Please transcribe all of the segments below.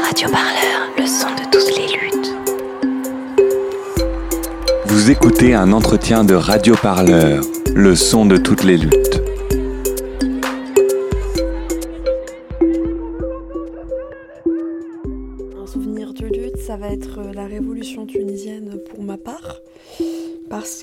Radio Parleur, le son de toutes les luttes. Vous écoutez un entretien de Radio Parleur, le son de toutes les luttes. Un souvenir de lutte, ça va être la révolution tunisienne pour ma part. Parce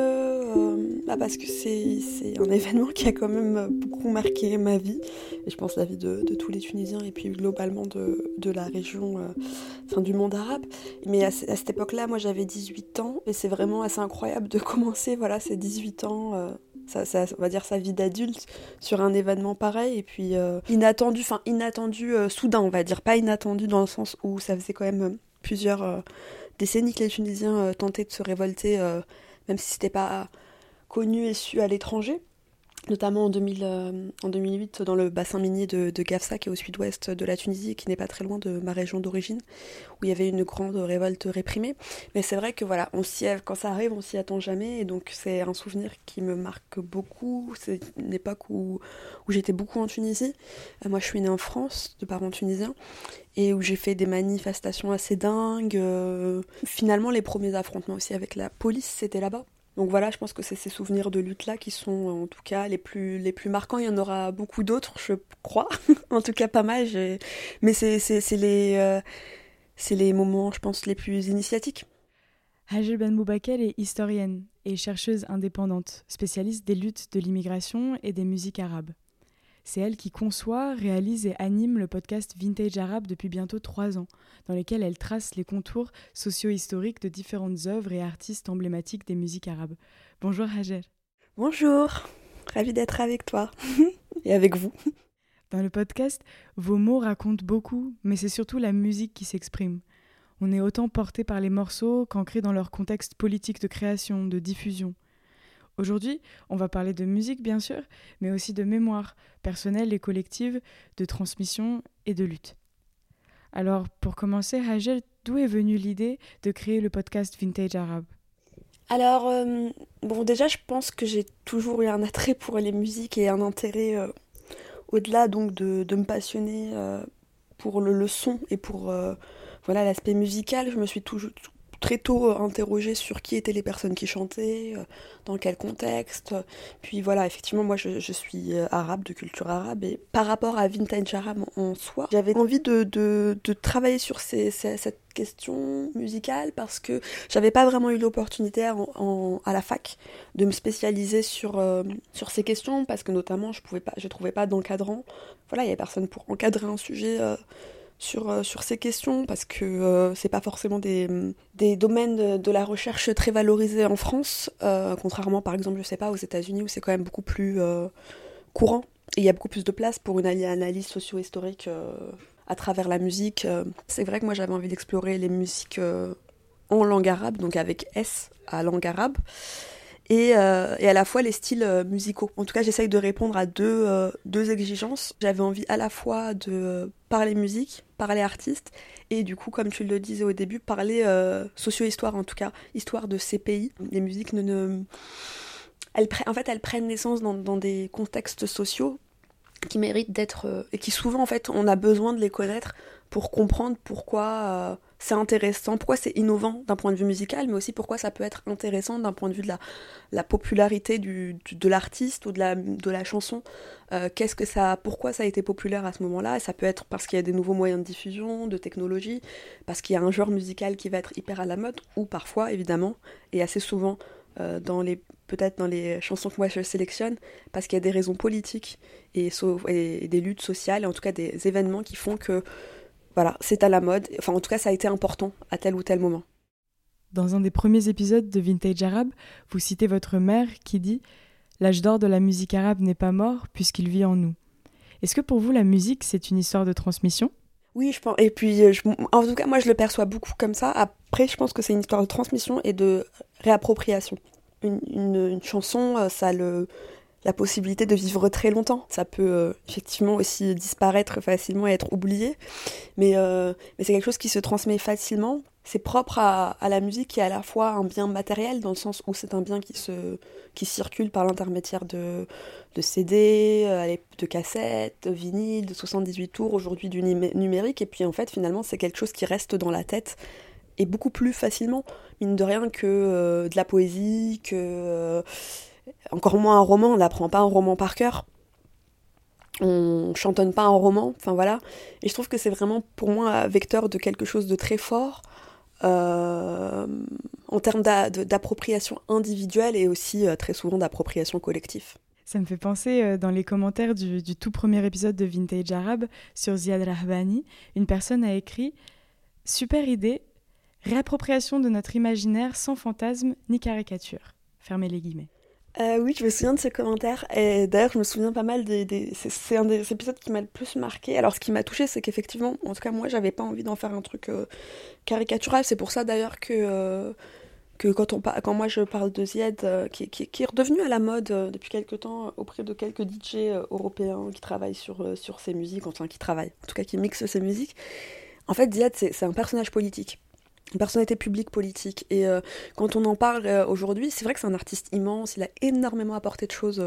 que c'est un événement qui a quand même beaucoup marqué ma vie, et je pense la vie de tous les Tunisiens, et puis globalement de la région, du monde arabe. Mais à cette époque-là, moi j'avais 18 ans, et c'est vraiment assez incroyable de commencer ces 18 ans, on va dire sa vie d'adulte, sur un événement pareil, et puis inattendu, soudain on va dire, pas inattendu dans le sens où ça faisait quand même plusieurs décennies que les Tunisiens tentaient de se révolter, même si c'était pas connu et su à l'étranger, notamment en 2008 dans le bassin minier de Gafsa, qui est au sud-ouest de la Tunisie, qui n'est pas très loin de ma région d'origine, où il y avait une grande révolte réprimée. Mais c'est vrai que quand ça arrive, on s'y attend jamais, et donc c'est un souvenir qui me marque beaucoup. C'est une époque où j'étais beaucoup en Tunisie. Moi je suis née en France, de parents tunisiens, et où j'ai fait des manifestations assez dingues. Finalement, les premiers affrontements aussi avec la police, c'était là-bas. Donc voilà, je pense que c'est ces souvenirs de lutte-là qui sont en tout cas les plus marquants. Il y en aura beaucoup d'autres, je crois, en tout cas pas mal. Mais c'est les moments, je pense, les plus initiatiques. Hajel Ben Boubakel est historienne et chercheuse indépendante, spécialiste des luttes de l'immigration et des musiques arabes. C'est elle qui conçoit, réalise et anime le podcast Vintage Arabe depuis bientôt 3 ans, dans lequel elle trace les contours socio-historiques de différentes œuvres et artistes emblématiques des musiques arabes. Bonjour Hajel. Bonjour, ravie d'être avec toi et avec vous. Dans le podcast, vos mots racontent beaucoup, mais c'est surtout la musique qui s'exprime. On est autant porté par les morceaux qu'ancré dans leur contexte politique de création, de diffusion. Aujourd'hui, on va parler de musique bien sûr, mais aussi de mémoire personnelle et collective, de transmission et de lutte. Alors, pour commencer, Hajel, d'où est venue l'idée de créer le podcast Vintage Arabe ? Alors, déjà, je pense que j'ai toujours eu un attrait pour les musiques et un intérêt au-delà donc de me passionner pour le son et pour l'aspect musical. Je me suis toujours très tôt interrogée sur qui étaient les personnes qui chantaient, dans quel contexte. Puis voilà, effectivement, moi je suis arabe, de culture arabe, et par rapport à Vintage Arabe en soi, j'avais envie de travailler sur cette question musicale, parce que j'avais pas vraiment eu l'opportunité à la fac de me spécialiser sur ces questions, parce que notamment je trouvais pas d'encadrant. Voilà, il y avait personne pour encadrer un sujet sur ces questions, parce que c'est pas forcément des domaines de la recherche très valorisés en France, contrairement par exemple, je sais pas, aux États-Unis, où c'est quand même beaucoup plus courant, et il y a beaucoup plus de place pour une analyse socio-historique à travers la musique. C'est vrai que moi j'avais envie d'explorer les musiques en langue arabe, donc avec S à langue arabe, et à la fois les styles musicaux. En tout cas, j'essaye de répondre à deux exigences. J'avais envie à la fois de parler musique, parler artiste, et du coup, comme tu le disais au début, parler socio-histoire, en tout cas, histoire de ces pays. Les musiques elles prennent naissance dans des contextes sociaux qui méritent d'être... et qui souvent, en fait, on a besoin de les connaître pour comprendre pourquoi c'est intéressant, pourquoi c'est innovant d'un point de vue musical, mais aussi pourquoi ça peut être intéressant d'un point de vue de la popularité de l'artiste ou de la chanson. Pourquoi ça a été populaire à ce moment-là. Et ça peut être parce qu'il y a des nouveaux moyens de diffusion, de technologie, parce qu'il y a un genre musical qui va être hyper à la mode, ou parfois, évidemment, et assez souvent, peut-être dans les chansons que moi je sélectionne, parce qu'il y a des raisons politiques et des luttes sociales, et en tout cas des événements qui font que c'est à la mode. Enfin, en tout cas, ça a été important à tel ou tel moment. Dans un des premiers épisodes de Vintage Arabe, vous citez votre mère qui dit « L'âge d'or de la musique arabe n'est pas mort puisqu'il vit en nous ». Est-ce que pour vous, la musique, c'est une histoire de transmission ? Oui, je pense. Et puis, en tout cas, moi, je le perçois beaucoup comme ça. Après, je pense que c'est une histoire de transmission et de réappropriation. Une chanson, ça a la possibilité de vivre très longtemps. Ça peut effectivement aussi disparaître facilement et être oublié, mais c'est quelque chose qui se transmet facilement. C'est propre à la musique qui est à la fois un bien matériel, dans le sens où c'est un bien qui circule par l'intermédiaire de CD, de cassettes, de vinyles, de 78 tours, aujourd'hui du numérique, et puis en fait finalement c'est quelque chose qui reste dans la tête, et beaucoup plus facilement, mine de rien, que de la poésie, encore moins un roman. On n'apprend pas un roman par cœur, on chantonne pas un roman, enfin voilà, et je trouve que c'est vraiment pour moi vecteur de quelque chose de très fort, en termes d'appropriation individuelle et aussi très souvent d'appropriation collective. Ça me fait penser, dans les commentaires du tout premier épisode de Vintage Arabe sur Ziad Rahbani, une personne a écrit « Super idée, réappropriation de notre imaginaire sans fantasme ni caricature ». Fermez les guillemets. Oui, je me souviens de ce commentaire, et d'ailleurs je me souviens pas mal c'est un des épisodes qui m'a le plus marqué. Alors ce qui m'a touchée, c'est qu'effectivement, en tout cas moi j'avais pas envie d'en faire un truc caricatural. C'est pour ça d'ailleurs que quand moi je parle de Ziad, qui est redevenu à la mode depuis quelques temps auprès de quelques DJ européens qui travaillent sur ses musiques, enfin qui travaillent, en tout cas qui mixent ses musiques. En fait, Ziad c'est un personnage politique, une personnalité publique politique, et quand on en parle aujourd'hui, c'est vrai que c'est un artiste immense, il a énormément apporté de choses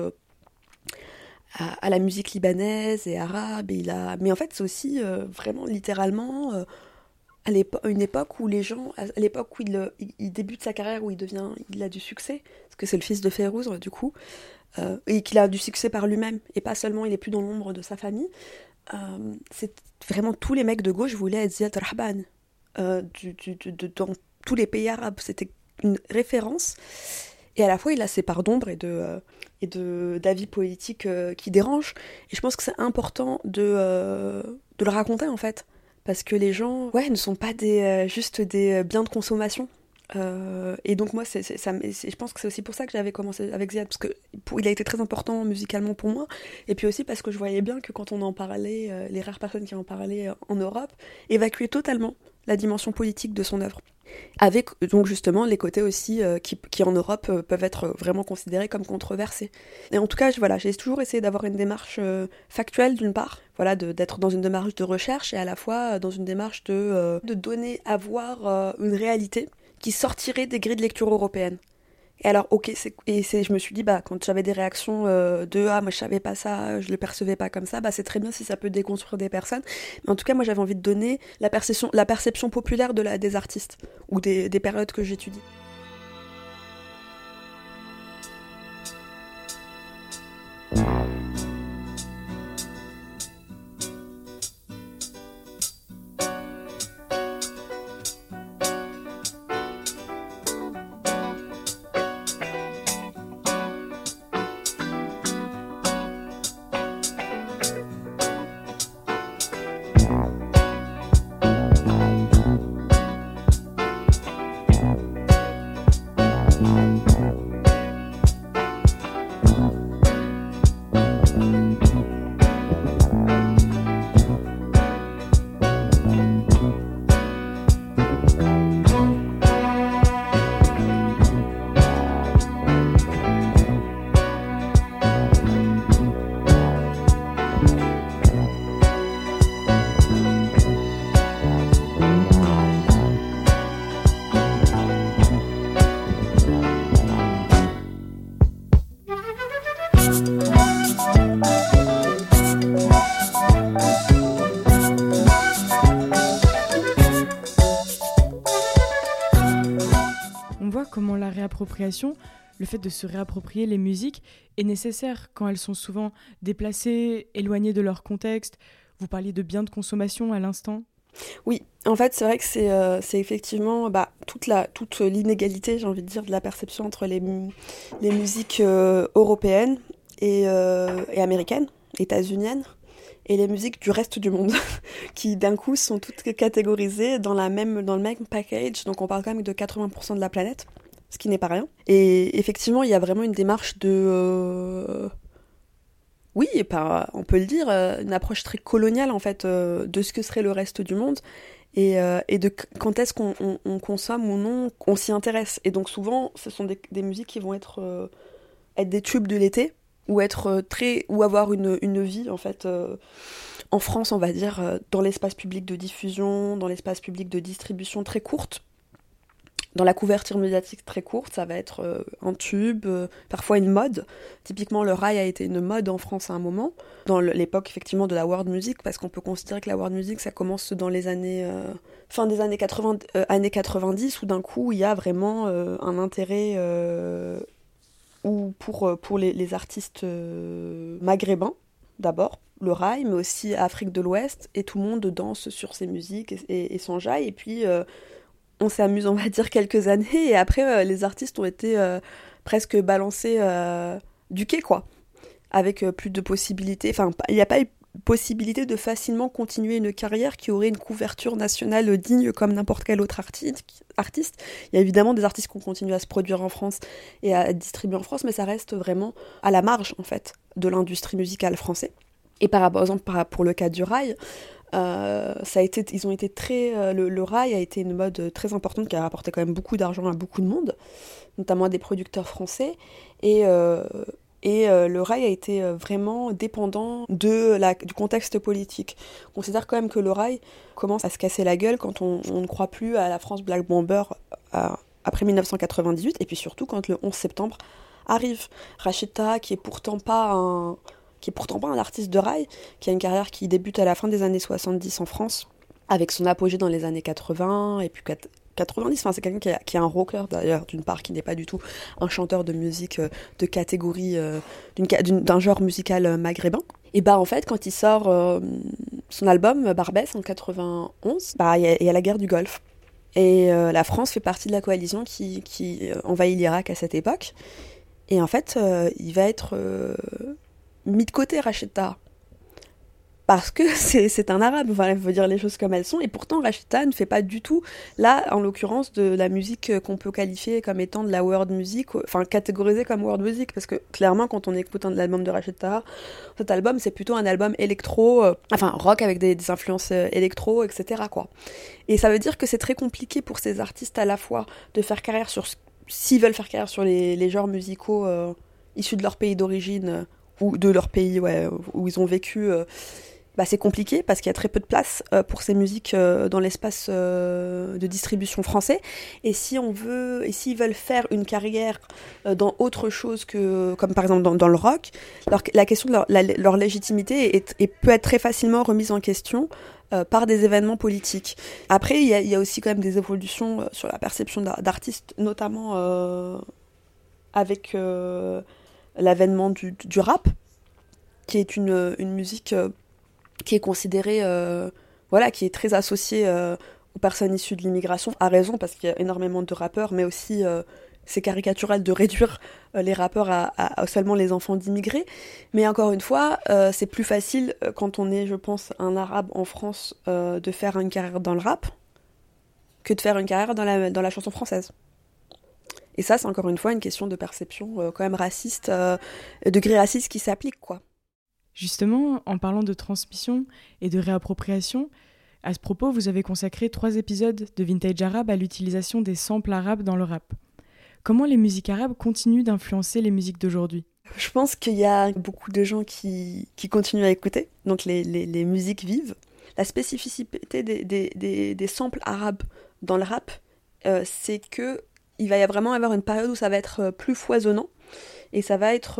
à la musique libanaise et arabe, mais en fait c'est aussi vraiment littéralement une époque où les gens, à l'époque où il débute sa carrière, où il a du succès, parce que c'est le fils de Fayrouz du coup, et qu'il a du succès par lui-même, et pas seulement il est plus dans l'ombre de sa famille, c'est vraiment tous les mecs de gauche voulaient être Ziad Rahban. Dans tous les pays arabes, c'était une référence, et à la fois il a ses parts d'ombre et d'avis politiques qui dérangent, et je pense que c'est important de le raconter en fait, parce que les gens ne sont pas juste des biens de consommation, et donc moi je pense que c'est aussi pour ça que j'avais commencé avec Ziad, parce que il a été très important musicalement pour moi, et puis aussi parce que je voyais bien que quand on en parlait, les rares personnes qui en parlaient en Europe évacuaient totalement la dimension politique de son œuvre, avec donc justement les côtés aussi qui en Europe peuvent être vraiment considérés comme controversés. Et en tout cas, j'ai toujours essayé d'avoir une démarche factuelle d'une part, d'être dans une démarche de recherche, et à la fois dans une démarche de donner à voir une réalité qui sortirait des grilles de lecture européennes. Et alors, je me suis dit, quand j'avais des réactions moi je savais pas ça, je le percevais pas comme ça, c'est très bien si ça peut déconstruire des personnes. Mais en tout cas, moi j'avais envie de donner la perception populaire des artistes, ou des périodes que j'étudie. Comment la réappropriation, le fait de se réapproprier les musiques, est nécessaire quand elles sont souvent déplacées, éloignées de leur contexte. Vous parliez de biens de consommation à l'instant. Oui, en fait, c'est vrai que c'est effectivement toute l'inégalité, j'ai envie de dire, de la perception entre les musiques européennes et américaines, états-uniennes, et les musiques du reste du monde, qui d'un coup sont toutes catégorisées dans le même package. Donc on parle quand même de 80% de la planète, ce qui n'est pas rien. Et effectivement, il y a vraiment une démarche de... on peut le dire, une approche très coloniale en fait de ce que serait le reste du monde, et de quand est-ce qu'on consomme ou non, qu'on s'y intéresse. Et donc souvent, ce sont des musiques qui vont être des tubes de l'été, ou avoir une vie en fait en France, on va dire, dans l'espace public de diffusion, dans l'espace public de distribution très courte. Dans la couverture médiatique très courte, ça va être un tube, parfois une mode. Typiquement, le rail a été une mode en France à un moment, dans l'époque effectivement de la world music, parce qu'on peut considérer que la world music, ça commence dans les années fin des années 80, années 90, où d'un coup, il y a vraiment un intérêt pour les artistes maghrébins, d'abord, le rail, mais aussi Afrique de l'Ouest, et tout le monde danse sur ces musiques et s'enjaille, et puis... on s'amuse, on va dire, quelques années, et après, les artistes ont été presque balancés du quai, quoi, avec plus de possibilités. Enfin, il n'y a pas eu possibilité de facilement continuer une carrière qui aurait une couverture nationale digne comme n'importe quel autre artiste. Il y a évidemment des artistes qui ont continué à se produire en France et à être distribués en France, mais ça reste vraiment à la marge, en fait, de l'industrie musicale française. Et par exemple, pour le cas du rail, ils ont été le rail a été une mode très importante qui a rapporté quand même beaucoup d'argent à beaucoup de monde, notamment à des producteurs français, et le rail a été vraiment dépendant du contexte politique. On considère quand même que le rail commence à se casser la gueule quand on ne croit plus à la France Black Bomber après 1998, et puis surtout quand le 11 septembre arrive. Rachid Taha, qui est pourtant pas un artiste de rail, qui a une carrière qui débute à la fin des années 70 en France, avec son apogée dans les années 80, et puis 90, enfin c'est quelqu'un qui est un rocker d'ailleurs, d'une part, qui n'est pas du tout un chanteur de musique de catégorie, d'un genre musical maghrébin. Et bah en fait, quand il sort son album Barbès en 91, bah il y a la guerre du Golfe. Et la France fait partie de la coalition qui envahit l'Irak à cette époque. Et en fait, il va être... mis de côté Rachid Taha, parce que c'est un arabe, enfin, il faut dire les choses comme elles sont, et pourtant Rachid Taha ne fait pas du tout, là en l'occurrence, de la musique qu'on peut qualifier comme étant de la world music, enfin catégoriser comme world music, parce que clairement quand on écoute l'album de Rachid Taha, cet album c'est plutôt un album électro, enfin rock avec des influences électro, etc. quoi. Et ça veut dire que c'est très compliqué pour ces artistes à la fois de faire carrière s'ils veulent faire carrière sur les genres musicaux issus de leur pays d'origine, ou de leur pays où ils ont vécu, c'est compliqué parce qu'il y a très peu de place pour ces musiques dans l'espace de distribution français. Et s'ils veulent faire une carrière dans autre chose comme par exemple dans le rock, la question de leur légitimité peut être très facilement remise en question par des événements politiques. Après, il y a aussi quand même des évolutions sur la perception d'artistes, notamment avec... l'avènement du rap, qui est une musique qui est considérée, qui est très associée aux personnes issues de l'immigration, à raison, parce qu'il y a énormément de rappeurs, mais aussi c'est caricatural de réduire les rappeurs à seulement les enfants d'immigrés. Mais encore une fois, c'est plus facile quand on est, je pense, un arabe en France, de faire une carrière dans le rap que de faire une carrière dans la chanson française. Et ça, c'est encore une fois une question de perception quand même raciste, degré raciste qui s'applique, quoi. Justement, en parlant de transmission et de réappropriation, à ce propos, vous avez consacré 3 épisodes de Vintage Arabe à l'utilisation des samples arabes dans le rap. Comment les musiques arabes continuent d'influencer les musiques d'aujourd'hui ? Je pense qu'il y a beaucoup de gens qui continuent à écouter, donc les musiques vives. La spécificité des samples arabes dans le rap, c'est que il va vraiment y avoir une période où ça va être plus foisonnant, et ça va être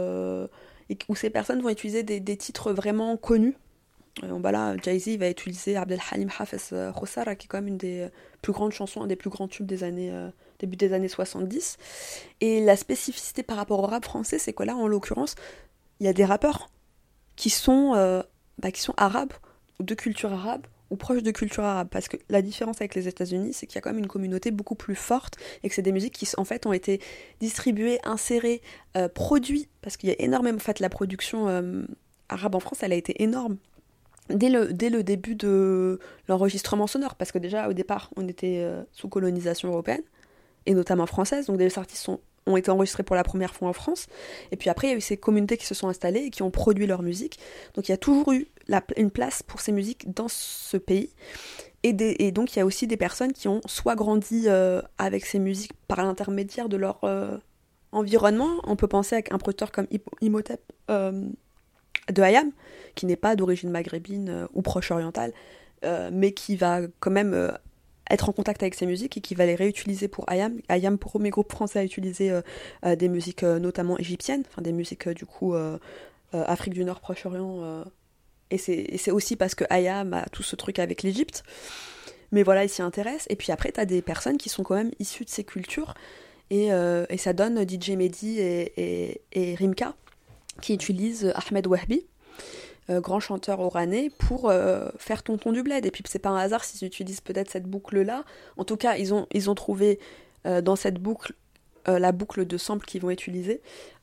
où ces personnes vont utiliser des titres vraiment connus. Voilà, Jay-Z va utiliser Abdelhalim Hafez Khossara, qui est quand même une des plus grandes chansons, un des plus grands tubes début des années 70. Et la spécificité par rapport au rap français, c'est que là, en l'occurrence, il y a des rappeurs qui sont arabes, ou de culture arabe, ou proches de culture arabe, parce que la différence avec les États-Unis, c'est qu'il y a quand même une communauté beaucoup plus forte, et que c'est des musiques qui en fait ont été distribuées, insérées, produites, parce qu'il y a énormément, en fait, la production arabe en France, elle a été énorme dès le début de l'enregistrement sonore, parce que déjà au départ on était sous colonisation européenne et notamment française, donc des artistes ont été enregistrés pour la première fois en France, et puis après il y a eu ces communautés qui se sont installées et qui ont produit leur musique, donc il y a toujours eu une place pour ces musiques dans ce pays, et donc il y a aussi des personnes qui ont soit grandi avec ces musiques par l'intermédiaire de leur environnement. On peut penser à un producteur comme Imhotep, de Hayam, qui n'est pas d'origine maghrébine ou proche orientale, mais qui va quand même être en contact avec ces musiques et qui va les réutiliser pour Hayam. Hayam, premier groupe français à utiliser des musiques notamment égyptiennes, enfin des musiques du coup Afrique du Nord, Proche-Orient, et c'est aussi parce que Hayam a tout ce truc avec l'Égypte. Mais voilà, il s'y intéresse. Et puis après, t'as des personnes qui sont quand même issues de ces cultures, et ça donne DJ Mehdi et Rimka, qui utilisent Ahmed Wahbi, grand chanteur oranais, pour faire Tonton du Bled. Et puis c'est pas un hasard s'ils utilisent peut-être cette boucle-là. En tout cas, ils ont trouvé dans cette boucle, la boucle de samples qu'ils vont utiliser,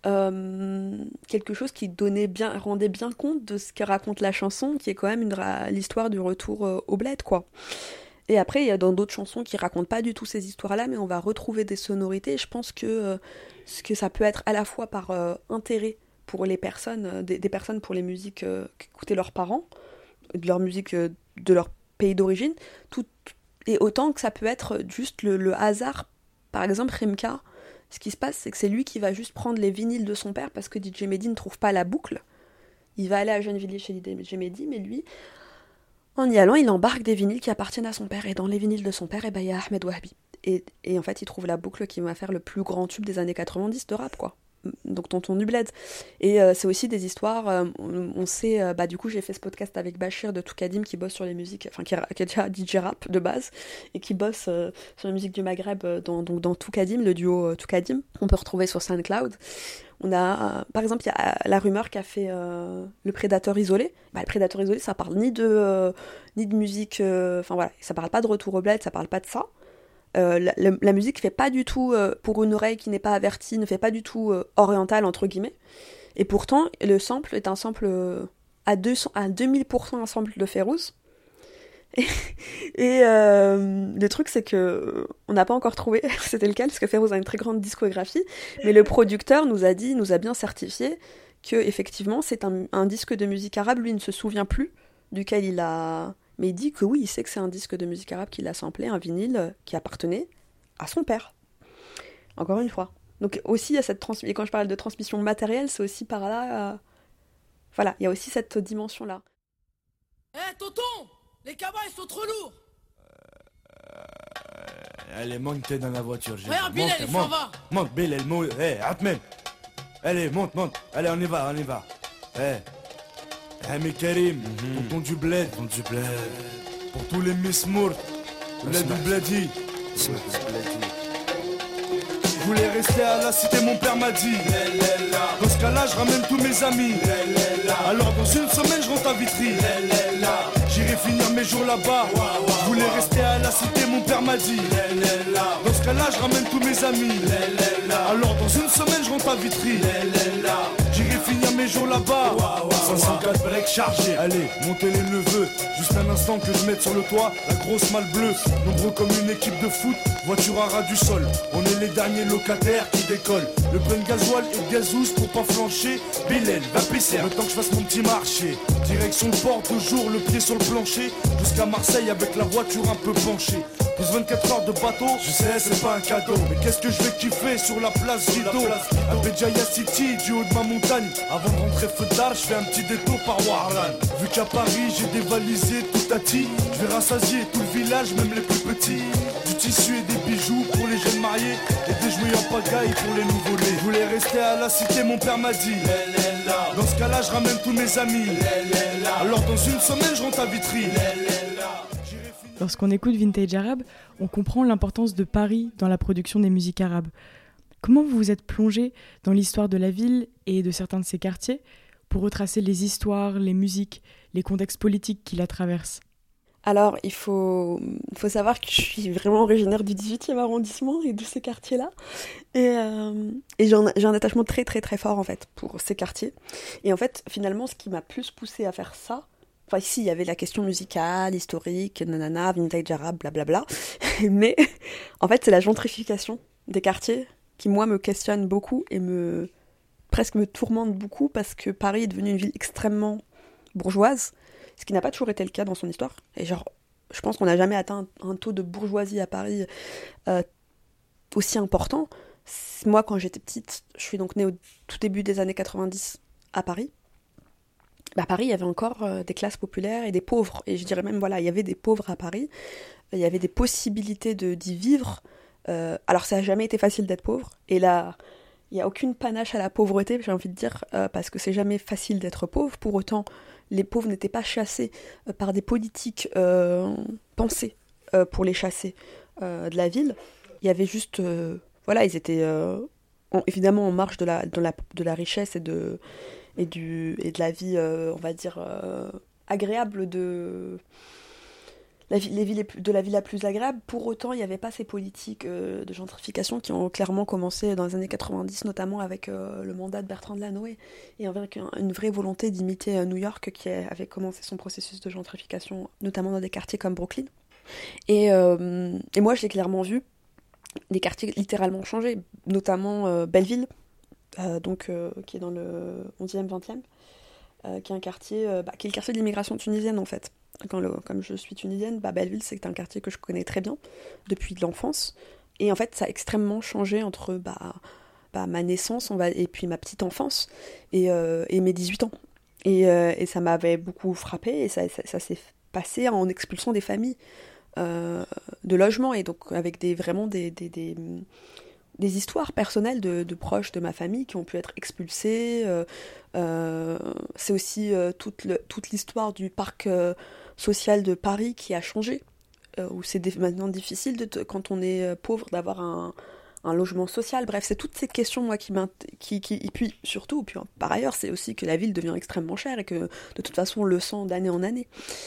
quelque chose qui rendait bien compte de ce que raconte la chanson, qui est quand même l'histoire du retour au Bled, quoi. Et après, il y a dans d'autres chansons qui racontent pas du tout ces histoires-là, mais on va retrouver des sonorités. Et je pense que ça peut être à la fois par intérêt pour les personnes, des personnes pour les musiques qu'écoutaient leurs parents, de leur musique de leur pays d'origine, et autant que ça peut être juste le hasard. Par exemple, Rimka, ce qui se passe, c'est que c'est lui qui va juste prendre les vinyles de son père parce que DJ Mehdi ne trouve pas la boucle. Il va aller à Gennevilliers chez DJ Mehdi, mais lui, en y allant, il embarque des vinyles qui appartiennent à son père. Et dans les vinyles de son père, il y a Ahmed Wahbi. Et en fait, il trouve la boucle qui va faire le plus grand tube des années 90 de rap, quoi. Donc Tonton du Bled. Et c'est aussi des histoires, on sait, du coup j'ai fait ce podcast avec Bachir de Toukadim qui bosse sur les musiques, enfin qui est déjà DJ rap de base, et qui bosse sur les musiques du Maghreb dans Toukadim, le duo Toukadim, on peut retrouver sur SoundCloud. On a, par exemple, il y a La Rumeur qui a fait Le Prédateur Isolé. Le Prédateur Isolé, ça parle ni de musique, enfin voilà, ça parle pas de retour au Bled, ça parle pas de ça. La musique fait pas du tout, pour une oreille qui n'est pas avertie, ne fait pas du tout orientale entre guillemets, et pourtant le sample est un sample à 2000% un sample de Férouz, et le truc c'est que on n'a pas encore trouvé c'était lequel, parce que Férouz a une très grande discographie, mais le producteur nous a bien certifié que effectivement c'est un disque de musique arabe. Lui ne se souvient plus duquel il a... Mais il dit que oui, il sait que c'est un disque de musique arabe qu'il a samplé, un vinyle qui appartenait à son père. Encore une fois. Donc aussi, il y a cette transmission. Et quand je parle de transmission matérielle, c'est aussi par là... Voilà, il y a aussi cette dimension-là. Tonton, les cabas, ils sont trop lourds. Allez, monte dans la voiture. Regarde, Bilal, il s'en va. Monte, Bilal, monte. Atmen. Allez, monte. Allez, on y va. Ami Karim, tonton du Bled. Pour tous les Miss Mourt, Bled du Bledi. Je voulais rester à la cité, mon père m'a dit. Dans ce cas-là, je ramène tous mes amis. Alors dans une semaine, je rentre à Vitry. J'irai finir mes jours là-bas. Je voulais rester à la cité, mon père m'a dit. Dans ce cas-là, je ramène tous mes amis. Alors dans une semaine, je rentre à Vitry. J'irai finir mes jours là-bas. 504 breaks chargés. Allez, montez les neveux. Juste un instant que je mette sur le toit la grosse malle bleue. Nombreux comme une équipe de foot. Voiture à ras du sol. On est les derniers locataires qui décollent. Le plein de gasoil et de gazous pour pas flancher. Bilal, va pisser. Le temps que je fasse mon petit marché. Direction le port, toujours le pied sur le plancher. Jusqu'à Marseille avec la voiture un peu penchée. Plus 24 heures de bateau, je sais c'est pas un cadeau. Mais qu'est-ce que je vais kiffer sur la place Rideau. À Béjaïa City, du haut de ma montagne. Avant de rentrer feu d'art, je fais un petit détour par Warlan. Vu qu'à Paris j'ai dévalisé tout tati, je vais rassasier tout le village, même les plus petits. Du tissu et des bijoux pour les jeunes mariés, et des jouets en pagaille pour les nouveau-nés. Je voulais rester à la cité, mon père m'a dit. Dans ce cas-là, je ramène tous mes amis. Alors dans une semaine, je rentre à Vitry. Lorsqu'on écoute Vintage Arabe, on comprend l'importance de Paris dans la production des musiques arabes. Comment vous vous êtes plongé dans l'histoire de la ville et de certains de ses quartiers pour retracer les histoires, les musiques, les contextes politiques qui la traversent ? Alors, il faut savoir que je suis vraiment originaire du 18e arrondissement et de ces quartiers-là. Et j'ai un attachement très très très fort en fait pour ces quartiers. Et en fait, finalement, ce qui m'a plus poussée à faire ça, enfin ici, il y avait la question musicale, historique, nanana, vintage arabe, blablabla. Mais en fait, c'est la gentrification des quartiers qui, moi, me questionne beaucoup et presque me tourmente beaucoup parce que Paris est devenue une ville extrêmement bourgeoise, ce qui n'a pas toujours été le cas dans son histoire. Et genre, je pense qu'on n'a jamais atteint un taux de bourgeoisie à Paris aussi important. Moi, quand j'étais petite, je suis donc née au tout début des années 90 à Paris. à Paris, il y avait encore des classes populaires et des pauvres. Et je dirais même, voilà, il y avait des pauvres à Paris. Il y avait des possibilités d'y vivre. Alors, ça n'a jamais été facile d'être pauvre. Et là, il n'y a aucune panache à la pauvreté, j'ai envie de dire, parce que c'est jamais facile d'être pauvre. Pour autant, les pauvres n'étaient pas chassés par des politiques pensées pour les chasser de la ville. Il y avait juste... voilà, ils étaient évidemment en marge de la richesse et de la vie, on va dire, agréable de la vie la plus agréable. Pour autant, il n'y avait pas ces politiques de gentrification qui ont clairement commencé dans les années 90, notamment avec le mandat de Bertrand Delanoë, et avec une vraie volonté d'imiter New York qui avait commencé son processus de gentrification, notamment dans des quartiers comme Brooklyn. Et moi, je l'ai clairement vu, des quartiers littéralement changés, notamment Belleville, qui est dans le 11e, 20e, qui est un quartier, qui est le quartier de l'immigration tunisienne en fait. Comme je suis tunisienne, Belleville c'est un quartier que je connais très bien depuis l'enfance. Et en fait, ça a extrêmement changé entre ma naissance et puis ma petite enfance et mes 18 ans. Et ça m'avait beaucoup frappée et ça s'est passé en expulsant des familles de logement, et donc avec vraiment des histoires personnelles de proches de ma famille qui ont pu être expulsés. C'est aussi toute l'histoire du parc social de Paris qui a changé, où c'est maintenant difficile, quand on est pauvre, d'avoir un logement social. Bref, c'est toutes ces questions, moi, et puis surtout, par ailleurs, c'est aussi que la ville devient extrêmement chère et que de toute façon on le sent d'année en année.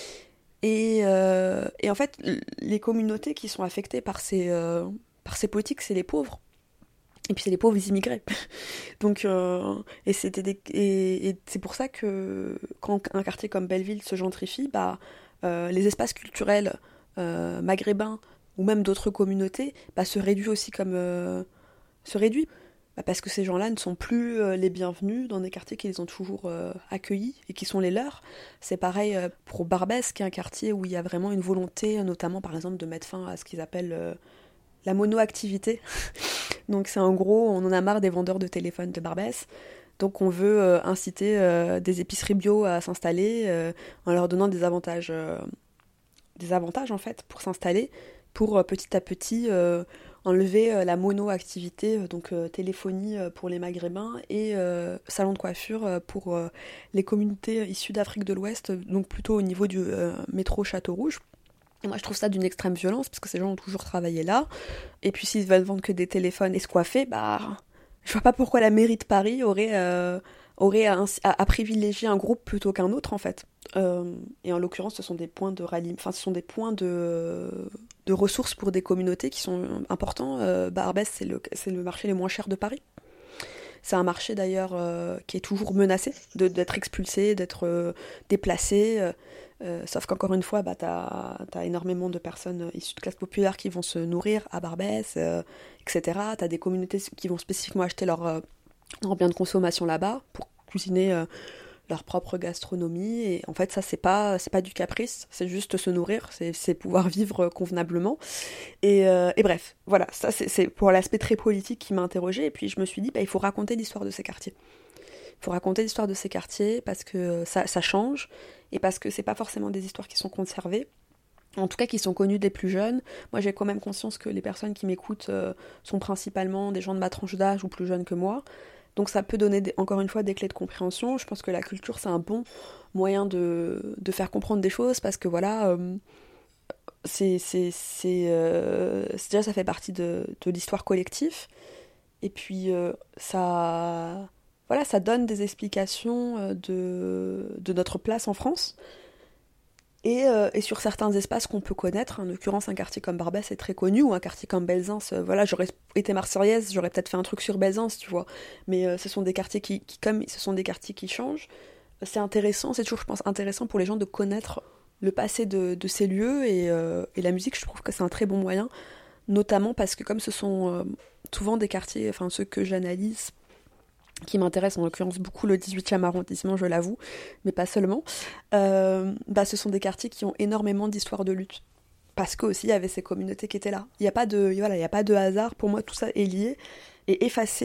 Et en fait, les communautés qui sont affectées par ces politiques, c'est les pauvres. Et puis c'est les pauvres immigrés. Donc, et c'est pour ça que quand un quartier comme Belleville se gentrifie, les espaces culturels maghrébins ou même d'autres communautés se réduisent aussi parce que ces gens-là ne sont plus les bienvenus dans des quartiers qui les ont toujours accueillis et qui sont les leurs. C'est pareil pour Barbès, qui est un quartier où il y a vraiment une volonté, notamment par exemple de mettre fin à ce qu'ils appellent la monoactivité. Donc c'est en gros, on en a marre des vendeurs de téléphones de Barbès. Donc on veut inciter des épiceries bio à s'installer en leur donnant des avantages en fait pour s'installer, pour petit à petit enlever la mono-activité, donc téléphonie pour les Maghrébins et salon de coiffure pour les communautés issues d'Afrique de l'Ouest, donc plutôt au niveau du métro Château-Rouge. Et moi je trouve ça d'une extrême violence, parce que ces gens ont toujours travaillé là, et puis s'ils veulent vendre que des téléphones et se coiffer, je vois pas pourquoi la mairie de Paris aurait à privilégier un groupe plutôt qu'un autre en fait. Et en l'occurrence, ce sont des points de ralliement, ce sont des points de ressources pour des communautés qui sont importants. Barbès, c'est le marché le moins cher de Paris. C'est un marché d'ailleurs qui est toujours menacé d'être expulsé, d'être déplacé. Sauf qu'encore une fois, t'as énormément de personnes issues de classes populaires qui vont se nourrir à Barbès, etc. T'as des communautés qui vont spécifiquement acheter leurs biens de consommation là-bas pour cuisiner leur propre gastronomie. Et en fait, ça, c'est pas du caprice, c'est juste se nourrir, c'est pouvoir vivre convenablement. Et bref, voilà, ça c'est pour l'aspect très politique qui m'a interrogée. Et puis je me suis dit, il faut raconter l'histoire de ces quartiers. Il faut raconter l'histoire de ces quartiers parce que ça change, et parce que c'est pas forcément des histoires qui sont conservées, en tout cas qui sont connues des plus jeunes. Moi j'ai quand même conscience que les personnes qui m'écoutent sont principalement des gens de ma tranche d'âge ou plus jeunes que moi, donc ça peut donner encore une fois des clés de compréhension. Je pense que la culture c'est un bon moyen de faire comprendre des choses, parce que voilà, déjà ça fait partie de l'histoire collective, et puis ça donne des explications de notre place en France, et sur certains espaces qu'on peut connaître. En l'occurrence, un quartier comme Barbès est très connu, ou un quartier comme Belzins. J'aurais été marseillaise, j'aurais peut-être fait un truc sur Belzins, tu vois. Mais ce sont des quartiers ce sont des quartiers qui changent. C'est intéressant, c'est toujours, je pense, intéressant pour les gens de connaître le passé de ces lieux, et la musique, je trouve que c'est un très bon moyen, notamment parce que comme ce sont souvent des quartiers, enfin ceux que j'analyse, qui m'intéresse en l'occurrence beaucoup le 18e arrondissement, je l'avoue, mais pas seulement, ce sont des quartiers qui ont énormément d'histoires de lutte. Parce qu'aussi, il y avait ces communautés qui étaient là. Il n'y a pas de hasard, pour moi tout ça est lié, et effacé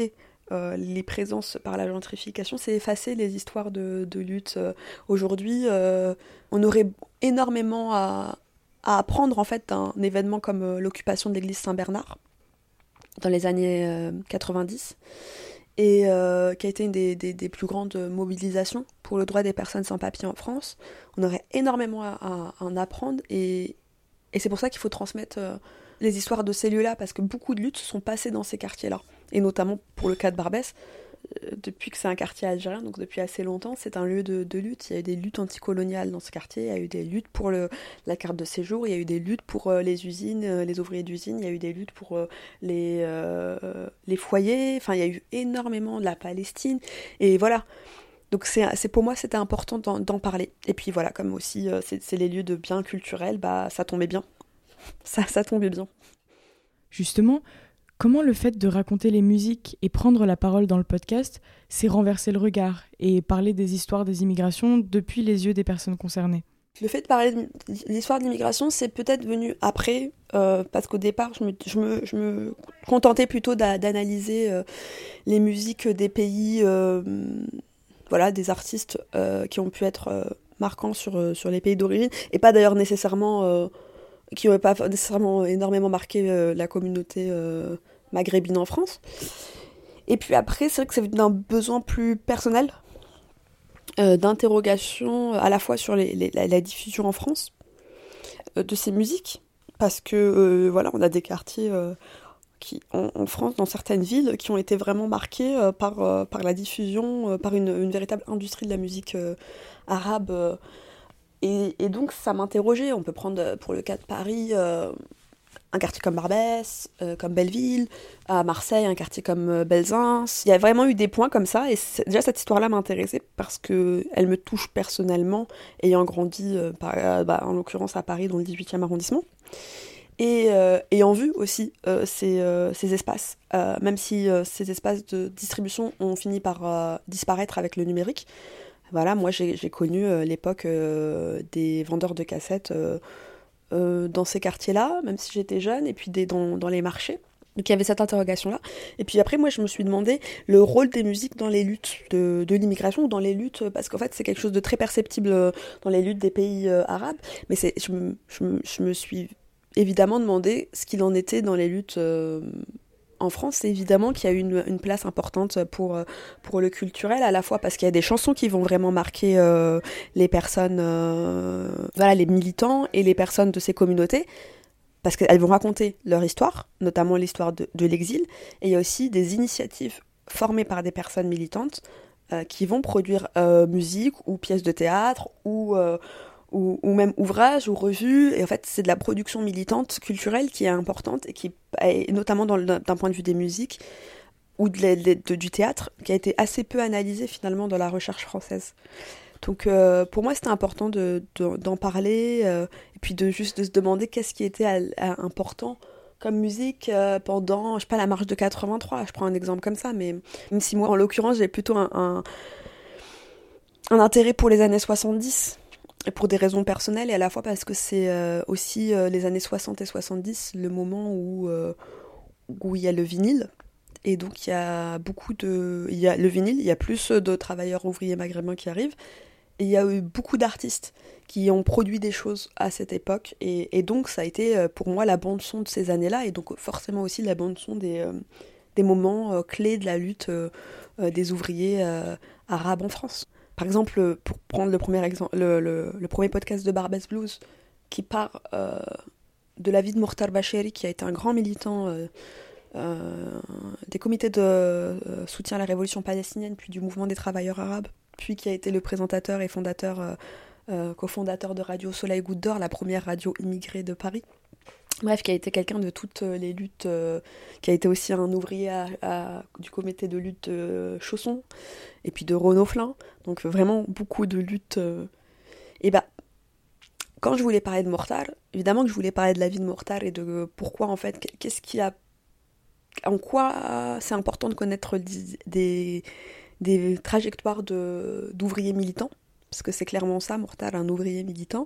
les présences par la gentrification, c'est effacer les histoires de lutte. Aujourd'hui, on aurait énormément à apprendre en fait d'un événement comme l'occupation de l'église Saint-Bernard dans les années 90 et qui a été une des plus grandes mobilisations pour le droit des personnes sans papier en France. On aurait énormément à en apprendre et c'est pour ça qu'il faut transmettre les histoires de ces lieux-là, parce que beaucoup de luttes se sont passées dans ces quartiers-là. Et notamment pour le cas de Barbès, depuis que c'est un quartier algérien, donc depuis assez longtemps, c'est un lieu de lutte. Il y a eu des luttes anticoloniales dans ce quartier, il y a eu des luttes pour la carte de séjour, il y a eu des luttes pour les usines, les ouvriers d'usines, il y a eu des luttes pour les foyers, enfin il y a eu énormément de la Palestine, et voilà. Donc c'est pour moi c'était important d'en parler. Et puis voilà, comme aussi c'est les lieux de biens culturels, bah ça tombait bien. Ça tombait bien. Justement, comment le fait de raconter les musiques et prendre la parole dans le podcast, c'est renverser le regard et parler des histoires des immigrations depuis les yeux des personnes concernées? Le fait de parler de l'histoire de l'immigration, c'est peut-être venu après, parce qu'au départ, je me contentais plutôt d'analyser les musiques des pays, voilà, des artistes qui ont pu être marquants sur les pays d'origine, et pas d'ailleurs nécessairement... qui n'auraient pas nécessairement énormément marqué la communauté maghrébine en France. Et puis après, c'est vrai que c'est d'un besoin plus personnel, d'interrogation à la fois sur la diffusion en France de ces musiques, parce que voilà, on a des quartiers en France, dans certaines villes, qui ont été vraiment marqués par la diffusion, par une véritable industrie de la musique arabe. Et donc ça m'interrogeait. On peut prendre pour le cas de Paris un quartier comme Barbès, comme Belleville, à Marseille un quartier comme Belzins. Il y a vraiment eu des points comme ça, et déjà cette histoire-là m'intéressait parce qu'elle me touche personnellement, ayant grandi en l'occurrence à Paris dans le 18e arrondissement. Et ayant vu aussi ces espaces, même si ces espaces de distribution ont fini par disparaître avec le numérique. Voilà, moi j'ai connu l'époque des vendeurs de cassettes dans ces quartiers-là, même si j'étais jeune, et puis dans les marchés. Donc il y avait cette interrogation-là. Et puis après, moi je me suis demandé le rôle des musiques dans les luttes de l'immigration, ou dans les luttes, parce qu'en fait c'est quelque chose de très perceptible dans les luttes des pays arabes, mais je me suis évidemment demandé ce qu'il en était dans les luttes en France. C'est évidemment qu'il y a eu une place importante pour le culturel, à la fois parce qu'il y a des chansons qui vont vraiment marquer les personnes, voilà, les militants et les personnes de ces communautés, parce qu'elles vont raconter leur histoire, notamment l'histoire de l'exil, et il y a aussi des initiatives formées par des personnes militantes qui vont produire musique ou pièces de théâtre ou même ouvrages ou revues, et en fait c'est de la production militante culturelle qui est importante et qui est notamment d'un point de vue des musiques ou du théâtre, qui a été assez peu analysée finalement dans la recherche française. Donc pour moi c'était important d'en parler et puis de se demander qu'est-ce qui était important comme musique pendant, je sais pas, la marche de 83, je prends un exemple comme ça, mais même si moi en l'occurrence j'ai plutôt un intérêt pour les années 70, et pour des raisons personnelles, et à la fois parce que c'est aussi les années 60 et 70, le moment où il y a le vinyle. Et donc il y a le vinyle, il y a plus de travailleurs ouvriers maghrébins qui arrivent, et il y a eu beaucoup d'artistes qui ont produit des choses à cette époque, et donc ça a été pour moi la bande-son de ces années-là, et donc forcément aussi la bande-son des moments clés de la lutte des ouvriers arabes en France. Par exemple, pour prendre le premier exemple, le premier podcast de Barbès Blues, qui part de la vie de Mortar Bacheri, qui a été un grand militant des comités de soutien à la révolution palestinienne, puis du mouvement des travailleurs arabes, puis qui a été le présentateur et cofondateur de Radio Soleil Goutte d'Or, la première radio immigrée de Paris. Bref, qui a été quelqu'un de toutes les luttes, qui a été aussi un ouvrier du comité de lutte de Chausson, et puis de Renaud Flin, donc vraiment beaucoup de luttes. Et quand je voulais parler de Mortar, évidemment que je voulais parler de la vie de Mortar et de pourquoi en fait, en quoi c'est important de connaître des trajectoires d'ouvriers militants, parce que c'est clairement ça, Mortar, un ouvrier militant.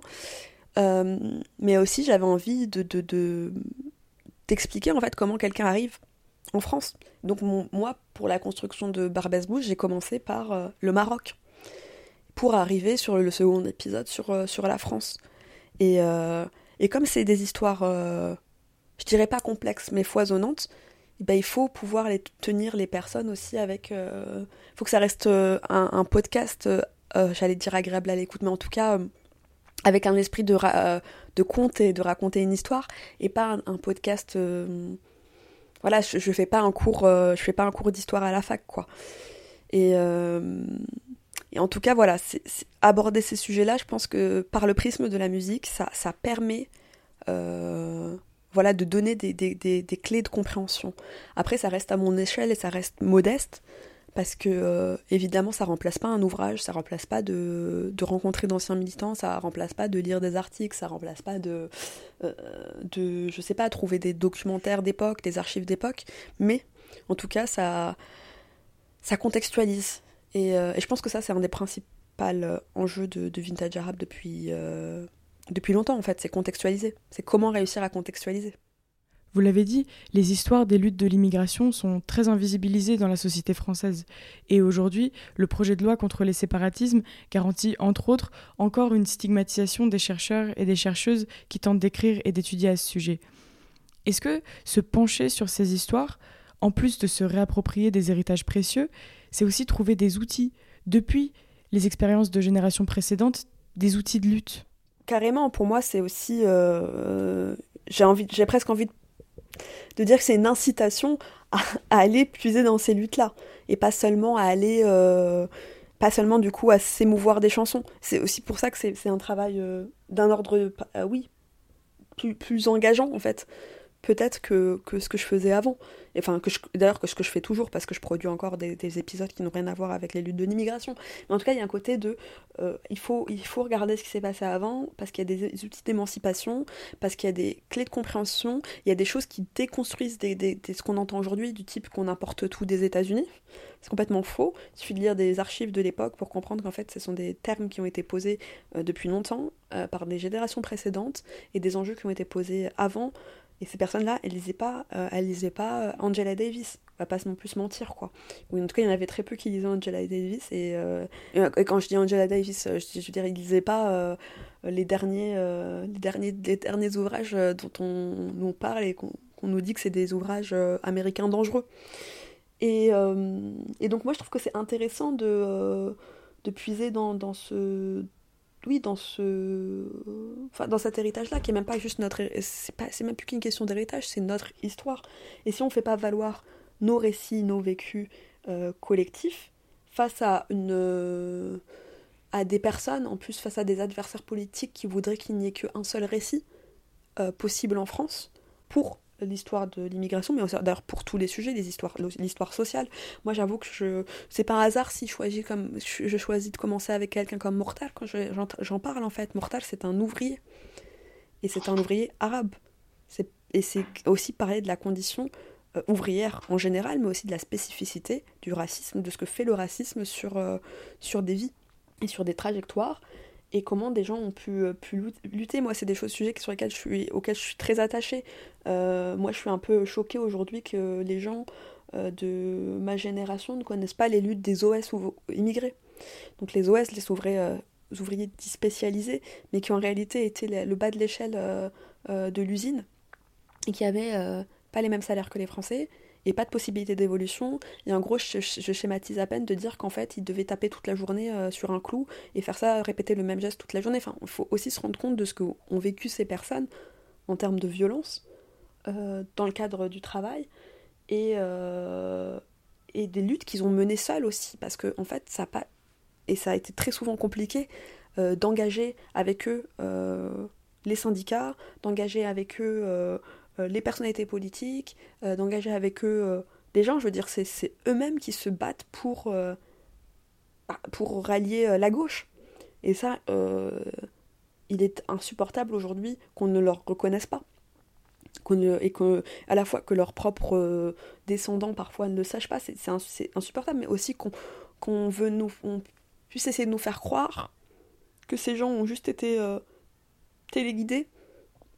Mais aussi j'avais envie d'expliquer en fait comment quelqu'un arrive en France. Donc moi, pour la construction de Barbès Bouche, j'ai commencé par le Maroc, pour arriver sur le second épisode sur la France. Et comme c'est des histoires, je dirais pas complexes, mais foisonnantes, ben, il faut pouvoir tenir les personnes aussi avec... faut que ça reste un podcast, j'allais dire agréable à l'écoute, mais en tout cas avec un esprit de conte et de raconter une histoire, et pas un podcast... voilà, je fais pas un cours d'histoire à la fac, quoi. Et en tout cas, voilà, aborder ces sujets-là, je pense que par le prisme de la musique, ça permet voilà, de donner des clés de compréhension. Après, ça reste à mon échelle et ça reste modeste, parce que, évidemment, ça remplace pas un ouvrage, ça remplace pas de rencontrer d'anciens militants, ça remplace pas de lire des articles, ça remplace pas de je sais pas, trouver des documentaires d'époque, des archives d'époque, mais, en tout cas, ça contextualise. Et je pense que ça, c'est un des principaux enjeux de Vintage Arabe depuis longtemps, en fait. C'est contextualiser. C'est comment réussir à contextualiser. Vous l'avez dit, les histoires des luttes de l'immigration sont très invisibilisées dans la société française. Et aujourd'hui, le projet de loi contre les séparatismes garantit, entre autres, encore une stigmatisation des chercheurs et des chercheuses qui tentent d'écrire et d'étudier à ce sujet. Est-ce que se pencher sur ces histoires, en plus de se réapproprier des héritages précieux, c'est aussi trouver des outils, depuis les expériences de générations précédentes, des outils de lutte? Carrément, pour moi, c'est aussi... j'ai presque envie de dire que c'est une incitation à aller puiser dans ces luttes-là, et pas seulement du coup à s'émouvoir des chansons. C'est aussi pour ça que c'est un travail d'un ordre, oui, plus engageant, en fait. Peut-être que ce que je faisais avant. Enfin, d'ailleurs, que ce que je fais toujours, parce que je produis encore des épisodes qui n'ont rien à voir avec les luttes de l'immigration. Mais en tout cas, il y a un côté de... il faut regarder ce qui s'est passé avant, parce qu'il y a des outils d'émancipation, parce qu'il y a des clés de compréhension, il y a des choses qui déconstruisent ce qu'on entend aujourd'hui, du type qu'on importe tout des États-Unis. C'est complètement faux. Il suffit de lire des archives de l'époque pour comprendre qu'en fait, ce sont des termes qui ont été posés depuis longtemps, par des générations précédentes, et des enjeux qui ont été posés avant. Et ces personnes-là, elles lisaient pas Angela Davis. On va pas non plus se mentir, quoi. Ou en tout cas, il y en avait très peu qui lisaient Angela Davis. Et quand je dis Angela Davis, je veux dire, ils lisaient pas les derniers ouvrages dont on nous parle et qu'on nous dit que c'est des ouvrages américains dangereux. Et donc moi, je trouve que c'est intéressant de puiser dans cet héritage-là, qui est même pas juste c'est même plus qu'une question d'héritage, c'est notre histoire. Et si on fait pas valoir nos récits, nos vécus collectifs, face à des personnes, en plus face à des adversaires politiques qui voudraient qu'il n'y ait qu'un seul récit possible en France, pour l'histoire de l'immigration, mais aussi, d'ailleurs pour tous les sujets, l'histoire sociale. Moi, j'avoue que c'est pas un hasard si je choisis de commencer avec quelqu'un comme Mortar quand j'en parle, en fait. Mortar, c'est un ouvrier, et c'est un ouvrier arabe. Et c'est aussi parler de la condition ouvrière en général, mais aussi de la spécificité du racisme, de ce que fait le racisme sur des vies et sur des trajectoires, et comment des gens ont pu lutter. Moi, c'est des sujets auxquels je suis très attachée. Moi, je suis un peu choquée aujourd'hui que les gens de ma génération ne connaissent pas les luttes des OS ou immigrés. Donc les OS, les ouvriers dits spécialisés, mais qui en réalité étaient le bas de l'échelle de l'usine, et qui avaient pas les mêmes salaires que les Français, et pas de possibilité d'évolution. Et en gros, je schématise à peine de dire qu'en fait, ils devaient taper toute la journée sur un clou et faire ça, répéter le même geste toute la journée. Enfin, il faut aussi se rendre compte de ce qu'ont vécu ces personnes en termes de violence dans le cadre du travail, et des luttes qu'ils ont menées seules aussi, parce que en fait, ça a été très souvent compliqué d'engager avec eux les syndicats, d'engager avec eux les personnalités politiques, d'engager avec eux des gens. Je veux dire, c'est eux-mêmes qui se battent pour rallier la gauche. Et ça, il est insupportable aujourd'hui qu'on ne leur reconnaisse pas. Et à la fois que leurs propres descendants parfois ne le sachent pas, c'est insupportable, mais aussi qu'on puisse essayer de nous faire croire que ces gens ont juste été téléguidés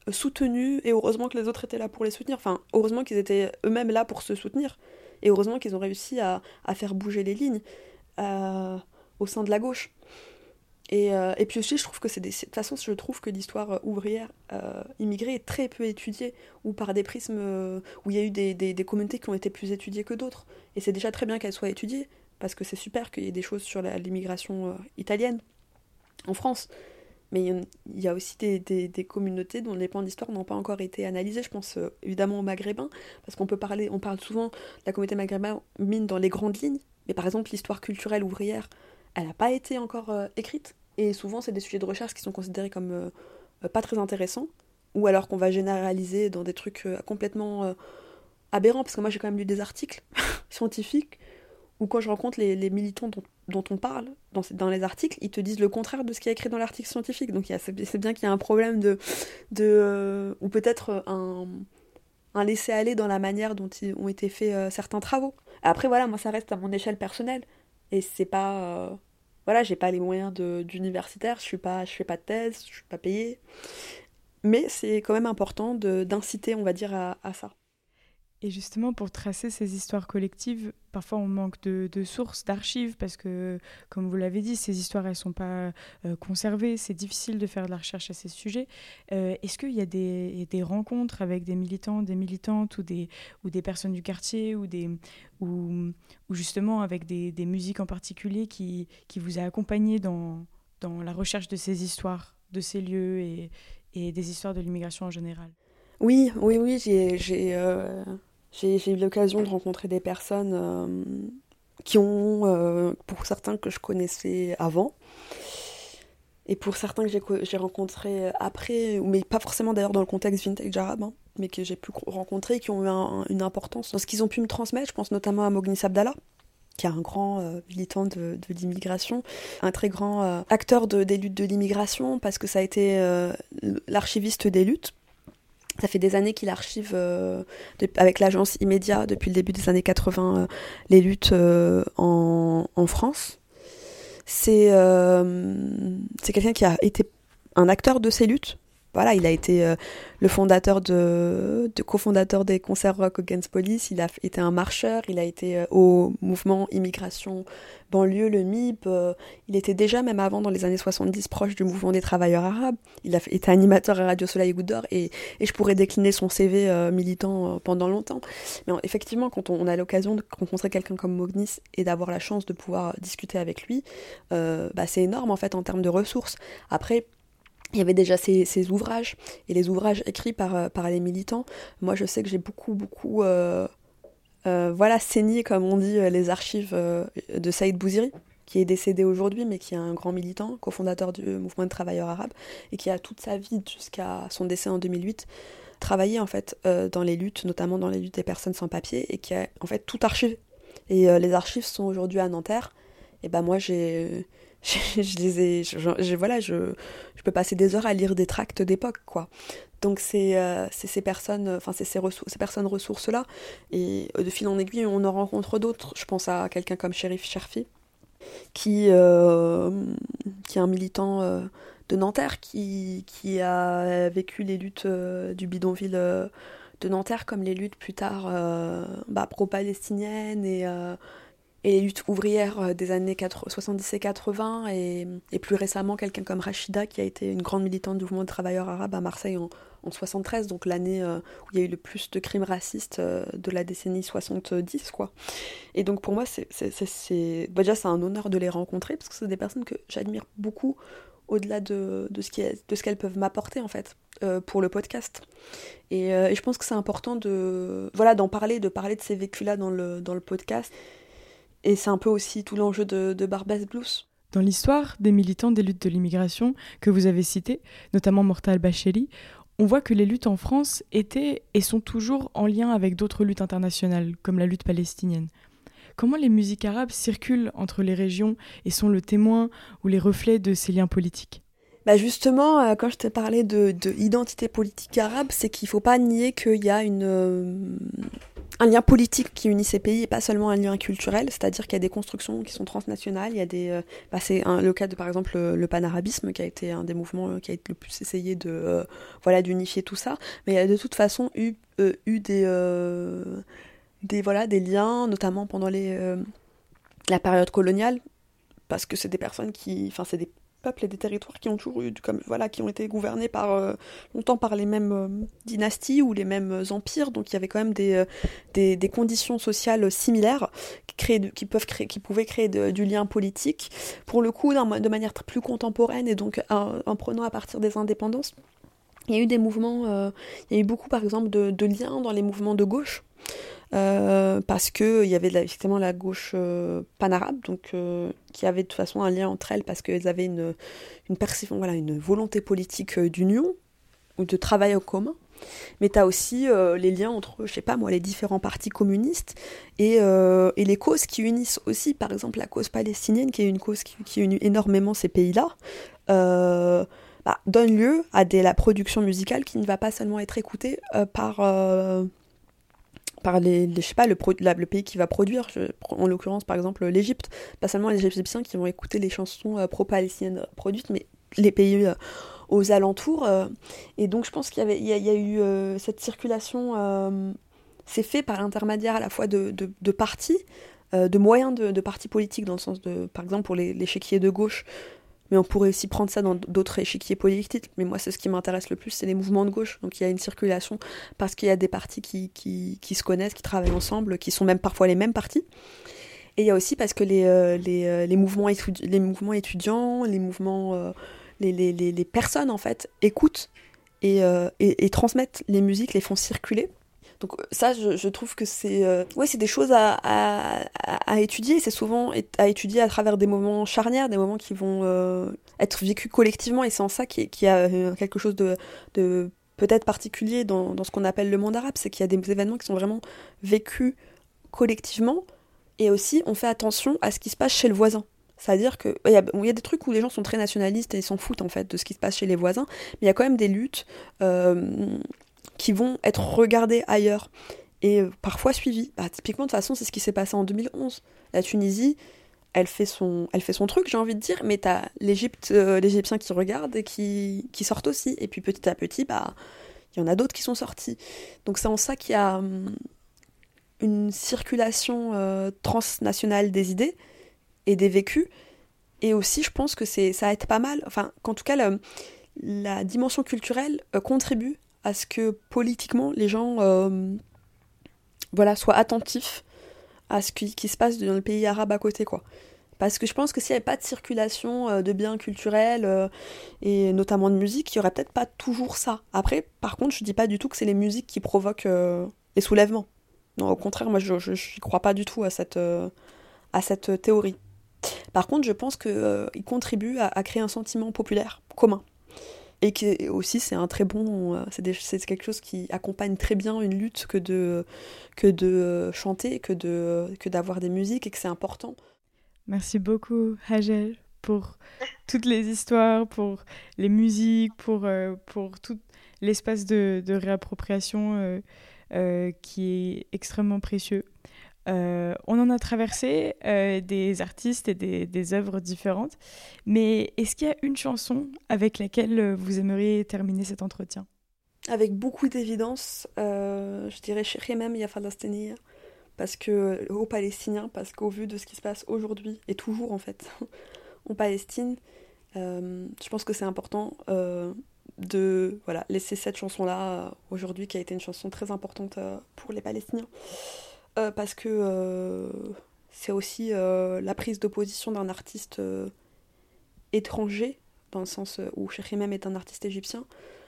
soutenus, et heureusement que les autres étaient là pour les soutenir. Enfin, heureusement qu'ils étaient eux-mêmes là pour se soutenir, et heureusement qu'ils ont réussi à faire bouger les lignes au sein de la gauche. Et puis aussi, je trouve que de toute façon, je trouve que l'histoire ouvrière immigrée est très peu étudiée, ou par des prismes où il y a eu des communautés qui ont été plus étudiées que d'autres. Et c'est déjà très bien qu'elles soient étudiées, parce que c'est super qu'il y ait des choses sur l'immigration italienne en France. Mais il y a aussi des communautés dont les plans d'histoire n'ont pas encore été analysés. Je pense évidemment aux Maghrébins, parce on parle souvent de la communauté maghrébine dans les grandes lignes, mais par exemple l'histoire culturelle ouvrière, elle n'a pas été encore écrite. Et souvent, c'est des sujets de recherche qui sont considérés comme pas très intéressants, ou alors qu'on va généraliser dans des trucs complètement aberrants, parce que moi j'ai quand même lu des articles scientifiques, où quand je rencontre les militants dont on parle dans les articles, ils te disent le contraire de ce qui est écrit dans l'article scientifique. Donc c'est bien qu'il y a un problème ou peut-être un laisser-aller dans la manière dont ont été faits certains travaux. Après voilà, moi ça reste à mon échelle personnelle, et c'est pas... Voilà, j'ai pas les moyens d'universitaire, je fais pas de thèse, je suis pas payée. Mais c'est quand même important d'inciter, on va dire, à ça. Et justement, pour tracer ces histoires collectives, parfois on manque de sources, d'archives, parce que, comme vous l'avez dit, ces histoires, elles ne sont pas conservées, c'est difficile de faire de la recherche à ces sujets. Est-ce qu'il y a des rencontres avec des militants, des militantes, ou des personnes du quartier, ou justement avec des musiques en particulier qui vous a accompagné dans la recherche de ces histoires, de ces lieux et des histoires de l'immigration en général? Oui, j'ai eu l'occasion de rencontrer des personnes qui ont, pour certains que je connaissais avant, et pour certains que j'ai rencontrés après, mais pas forcément d'ailleurs dans le contexte vintage arabe, mais que j'ai pu rencontrer, qui ont eu une importance dans ce qu'ils ont pu me transmettre. Je pense notamment à Mognis Abdallah, qui est un grand militant de l'immigration, un très grand acteur des luttes de l'immigration, parce que ça a été l'archiviste des luttes. Ça fait des années qu'il archive, avec l'agence Immédia, depuis le début des années 80, les luttes en France. C'est quelqu'un qui a été un acteur de ces luttes. Voilà, il a été le cofondateur des concerts rock against police, il a été un marcheur, il a été au mouvement immigration banlieue, le MIP, il était déjà, même avant, dans les années 70, proche du mouvement des travailleurs arabes, il a été animateur à Radio Soleil et Goutte d'Or, et je pourrais décliner son CV militant pendant longtemps. Mais effectivement, quand on a l'occasion de rencontrer quelqu'un comme Mognis et d'avoir la chance de pouvoir discuter avec lui, c'est énorme en fait en termes de ressources. Après, il y avait déjà ces ouvrages, et les ouvrages écrits par les militants. Moi, je sais que j'ai beaucoup saigné, comme on dit, les archives de Saïd Bouziri, qui est décédé aujourd'hui, mais qui est un grand militant, cofondateur du mouvement de travailleurs arabes, et qui a toute sa vie, jusqu'à son décès en 2008, travaillé en fait dans les luttes, notamment dans les luttes des personnes sans papier, et qui a en fait tout archivé. Et les archives sont aujourd'hui à Nanterre. Et moi, je peux passer des heures à lire des tracts d'époque, quoi. Donc c'est ces personnes ressources là, et de fil en aiguille on en rencontre d'autres. Je pense à quelqu'un comme Chérif Cherfi, qui est un militant de Nanterre, qui a vécu les luttes du bidonville de Nanterre, comme les luttes plus tard pro-palestiniennes et les luttes ouvrières des années 70 et 80, et plus récemment quelqu'un comme Rachida, qui a été une grande militante du mouvement de travailleurs arabes à Marseille en 73, donc l'année où il y a eu le plus de crimes racistes de la décennie 70, quoi. Et donc pour moi, déjà c'est un honneur de les rencontrer, parce que c'est des personnes que j'admire beaucoup, au-delà de ce qu'elles peuvent m'apporter en fait pour le podcast. Et je pense que c'est important d'en parler, de ces vécus-là dans le podcast. Et c'est un peu aussi tout l'enjeu de Barbès Blues. Dans l'histoire des militants des luttes de l'immigration que vous avez citées, notamment Morta Al-Bacheli, on voit que les luttes en France étaient et sont toujours en lien avec d'autres luttes internationales, comme la lutte palestinienne. Comment les musiques arabes circulent entre les régions et sont le témoin ou les reflets de ces liens politiques ? Justement, quand je t'ai parlé de identité politique arabe, c'est qu'il ne faut pas nier qu'il y a un lien politique qui unit ces pays et pas seulement un lien culturel, c'est-à-dire qu'il y a des constructions qui sont transnationales, il y a le cas de par exemple le panarabisme qui a été un des mouvements qui a été le plus essayé d'unifier tout ça, mais il y a de toute façon eu des liens, notamment pendant la période coloniale, parce que c'est des personnes c'est des peuples et des territoires qui ont toujours qui ont été gouvernés longtemps par les mêmes dynasties ou les mêmes empires, donc il y avait quand même des conditions sociales similaires qui pouvaient créer du lien politique. Pour le coup, de manière plus contemporaine et donc en prenant à partir des indépendances, il y a eu des mouvements, il y a eu beaucoup par exemple de liens dans les mouvements de gauche. Parce que il y avait effectivement la gauche panarabe, donc qui avait de toute façon un lien entre elles parce qu'elles avaient une volonté politique d'union ou de travail au commun. Mais tu as aussi les liens entre, je sais pas moi, les différents partis communistes et les causes qui unissent aussi, par exemple la cause palestinienne, qui est une cause qui unit énormément ces pays-là. Donne lieu à la production musicale qui ne va pas seulement être écoutée par le pays qui va produire, en l'occurrence par exemple l'Égypte, pas seulement les Égyptiens qui vont écouter les chansons pro-palestiniennes produites, mais les pays aux alentours. Et donc je pense qu'il y a eu cette circulation, c'est fait par l'intermédiaire à la fois de partis, de moyens de partis politiques, dans le sens de, par exemple pour l'échiquier de gauche, mais on pourrait aussi prendre ça dans d'autres échiquiers politiques. Mais moi, c'est ce qui m'intéresse le plus, c'est les mouvements de gauche. Donc il y a une circulation parce qu'il y a des partis qui se connaissent, qui travaillent ensemble, qui sont même parfois les mêmes partis. Et il y a aussi parce que les mouvements étudiants, les mouvements, les personnes en fait écoutent et transmettent les musiques, les font circuler. Donc ça, je trouve que c'est des choses à étudier. C'est souvent à étudier à travers des moments charnières, des moments qui vont être vécus collectivement. Et c'est en ça qu'il y a quelque chose de peut-être particulier dans ce qu'on appelle le monde arabe. C'est qu'il y a des événements qui sont vraiment vécus collectivement. Et aussi, on fait attention à ce qui se passe chez le voisin. C'est-à-dire qu'il y a des trucs où les gens sont très nationalistes et ils s'en foutent en fait de ce qui se passe chez les voisins. Mais il y a quand même des luttes qui vont être regardés ailleurs et parfois suivis. Typiquement, de toute façon, c'est ce qui s'est passé en 2011. La Tunisie, elle fait son truc, j'ai envie de dire, mais t'as l'Égyptien qui regarde et qui sortent aussi. Et puis petit à petit, il y en a d'autres qui sont sortis. Donc c'est en ça qu'il y a une circulation transnationale des idées et des vécus. Et aussi, je pense que ça aide pas mal. Enfin, qu'en tout cas, la dimension culturelle contribue à ce que politiquement les gens soient attentifs à ce qui se passe dans le pays arabe à côté, quoi. Parce que je pense que s'il n'y avait pas de circulation de biens culturels et notamment de musique, il n'y aurait peut-être pas toujours ça. Après, par contre, je dis pas du tout que c'est les musiques qui provoquent les soulèvements. Non, au contraire, moi je n'y crois pas du tout à cette théorie. Par contre, je pense qu'il contribue à créer un sentiment populaire commun. Et que aussi c'est un très bon c'est quelque chose qui accompagne très bien une lutte que de chanter, que d'avoir des musiques, et que c'est important. Merci beaucoup Hajel pour toutes les histoires, pour les musiques, pour tout l'espace de réappropriation qui est extrêmement précieux. On en a traversé des artistes et des œuvres différentes, mais est-ce qu'il y a une chanson avec laquelle vous aimeriez terminer cet entretien ? Avec beaucoup d'évidence, je dirais Shiremem Ya Falastiniya, aux Palestiniens, parce qu'au vu de ce qui se passe aujourd'hui, et toujours en fait, en Palestine, je pense que c'est important de laisser cette chanson-là aujourd'hui, qui a été une chanson très importante pour les Palestiniens. Parce que c'est aussi la prise de position d'un artiste étranger, dans le sens où Cheikh Imam est un artiste égyptien,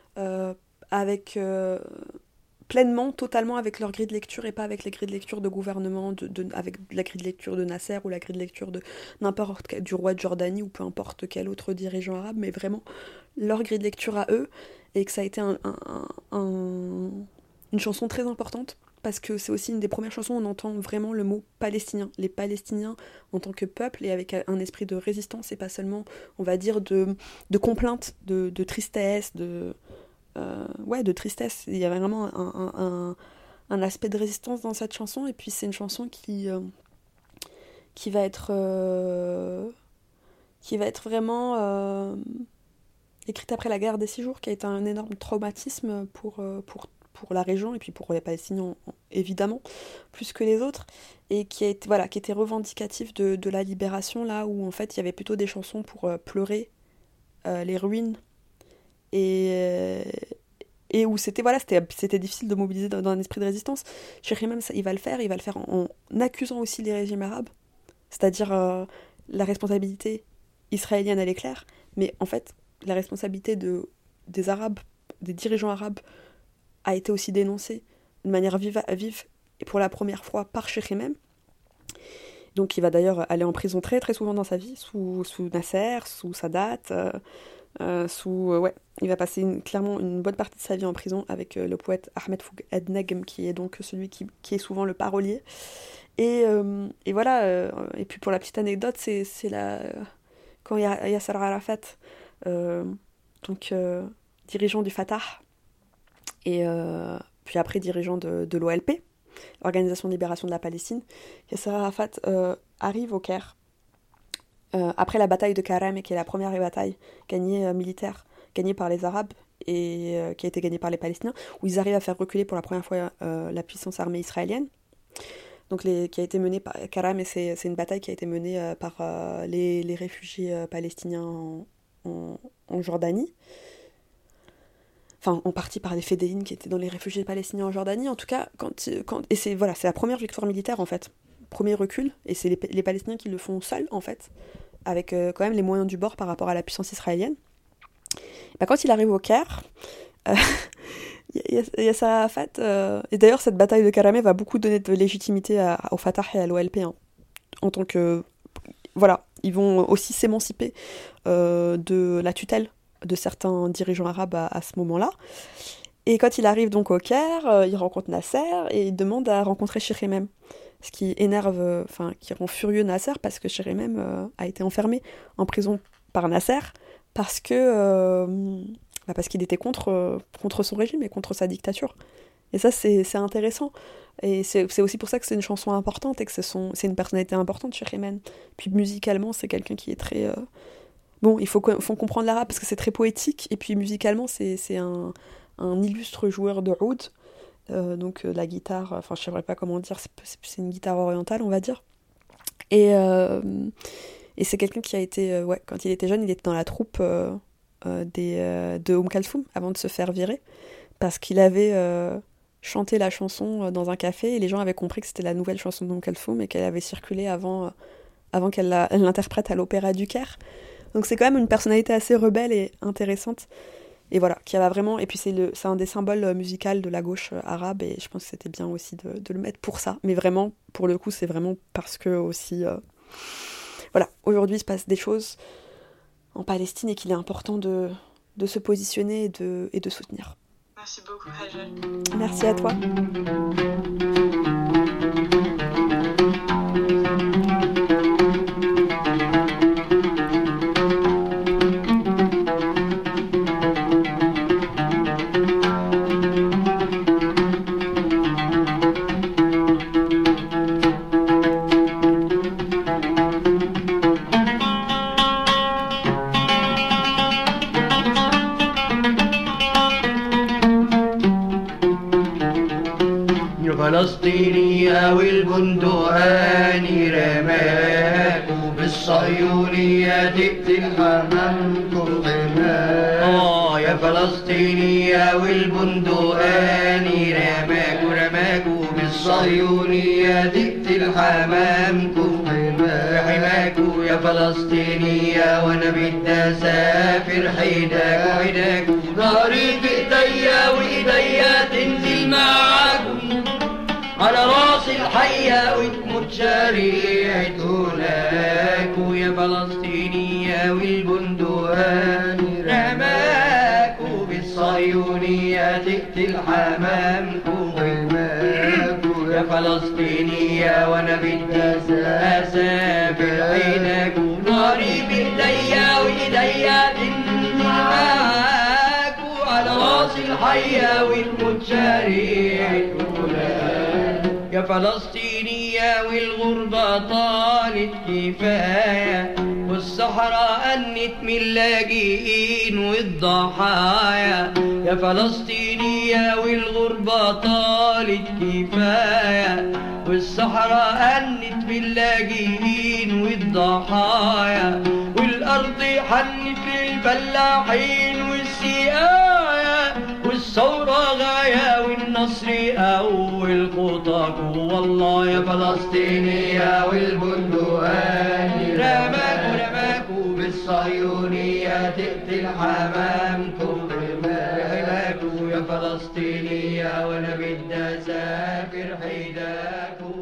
pleinement, totalement avec leur grille de lecture et pas avec les grilles de lecture de gouvernement, avec la grille de lecture de Nasser ou la grille de lecture de n'importe quel, du roi de Jordanie ou peu importe quel autre dirigeant arabe, mais vraiment leur grille de lecture à eux, et que ça a été une chanson très importante. Parce que c'est aussi une des premières chansons où on entend vraiment le mot palestinien. Les Palestiniens en tant que peuple et avec un esprit de résistance et pas seulement, on va dire, de complainte, de tristesse, de tristesse. Il y avait vraiment un aspect de résistance dans cette chanson, et puis c'est une chanson qui va être vraiment écrite après la guerre des 6 jours, qui a été un énorme traumatisme pour la région, et puis pour les Palestiniens évidemment, plus que les autres, et qui était revendicatif de la libération, là où en fait il y avait plutôt des chansons pour pleurer les ruines, et où c'était difficile de mobiliser dans un esprit de résistance. Cheikh Imam, il va le faire en accusant aussi les régimes arabes, c'est-à-dire la responsabilité israélienne, elle est claire, mais en fait la responsabilité des Arabes, des dirigeants arabes, a été aussi dénoncée de manière vive et pour la première fois par Cheikh Imam. Donc il va d'ailleurs aller en prison très très souvent dans sa vie, sous Nasser, sous Sadat, il va passer clairement une bonne partie de sa vie en prison avec le poète Ahmed Fouad Negm, qui est donc celui qui est souvent le parolier. Et voilà, et puis pour la petite anecdote, c'est quand Yasser Arafat, dirigeant du Fatah, et puis après dirigeant de l'OLP, l'Organisation de Libération de la Palestine, Yasser Arafat arrive au Caire, après la bataille de Karem, qui est la première bataille militaire gagnée par les Arabes et qui a été gagnée par les Palestiniens, où ils arrivent à faire reculer pour la première fois la puissance armée israélienne. Donc qui a été menée par Karem, et c'est une bataille qui a été menée par les réfugiés palestiniens en Jordanie. Enfin, en partie par les fédéines qui étaient dans les réfugiés palestiniens en Jordanie. En tout cas, c'est la première victoire militaire, en fait. Premier recul, et c'est les Palestiniens qui le font seuls, en fait, avec quand même les moyens du bord par rapport à la puissance israélienne. Quand il arrive au Caire, Yasser Arafat, et d'ailleurs cette bataille de Karameh va beaucoup donner de légitimité au Fatah et à l'OLP, en tant que... Voilà, ils vont aussi s'émanciper de la tutelle de certains dirigeants arabes à ce moment-là. Et quand il arrive donc au Caire, il rencontre Nasser et il demande à rencontrer Cheikh Imam. Ce qui énerve, qui rend furieux Nasser, parce que Cheikh Imam a été enfermé en prison par Nasser parce qu'il était contre son régime et contre sa dictature. Et ça, c'est intéressant. Et c'est aussi pour ça que c'est une chanson importante et que c'est une personnalité importante, Cheikh Imam. Puis musicalement, c'est quelqu'un qui est très... il faut comprendre l'arabe parce que c'est très poétique, et puis musicalement, c'est un illustre joueur de oud. Donc la guitare, je ne saurais pas comment dire, c'est une guitare orientale, on va dire. Et c'est quelqu'un qui a été, quand il était jeune, il était dans la troupe de Kalthoum avant de se faire virer, parce qu'il avait chanté la chanson dans un café, et les gens avaient compris que c'était la nouvelle chanson de Kalthoum et qu'elle avait circulé avant qu'elle l'interprète à l'Opéra du Caire. Donc c'est quand même une personnalité assez rebelle et intéressante. Et voilà, qui va vraiment... Et puis c'est un des symboles musicaux de la gauche arabe, et je pense que c'était bien aussi de le mettre pour ça. Mais vraiment, pour le coup, c'est vraiment parce que aussi... voilà, aujourd'hui, il se passe des choses en Palestine et qu'il est important de se positionner et de soutenir. Merci beaucoup, Hajjal. Merci à toi. فلسطينية والبندقان رماك وبالصهيونية تقتل حمامكم غماك يا فلسطينية والبندقان رماك وبالصهيونية تقتل حمامكم غماك يا فلسطينية وانا بدي اسافر حداك ظهري في ايديا وايديا تنزل معاكم على راس الحية وتموت شريعة هناك ويا فلسطينية والبندقان رماك وبالصهيونية تقتل حمامكم غماك يا فلسطينية وانا بدي اسافر عينك وناري بايديا وايديا تنزل معاك وعلى راس الحية حية والموت شريعتنا يا فلسطينية والغربة طالت كفاية والصحراء أنت من اللاجئين والضحايا يا فلسطينية والغربة طالت كفاية والصحراء أنت باللاجئين والضحايا والأرض حنت للفلاحين والسقايا والثورة غاية والنصر أول خطاك والله يا فلسطينية والبندقاني رماكوا بالصهيونية تقتل حمامكم رماكوا يا فلسطينية وأنا بدي أسافر حداكوا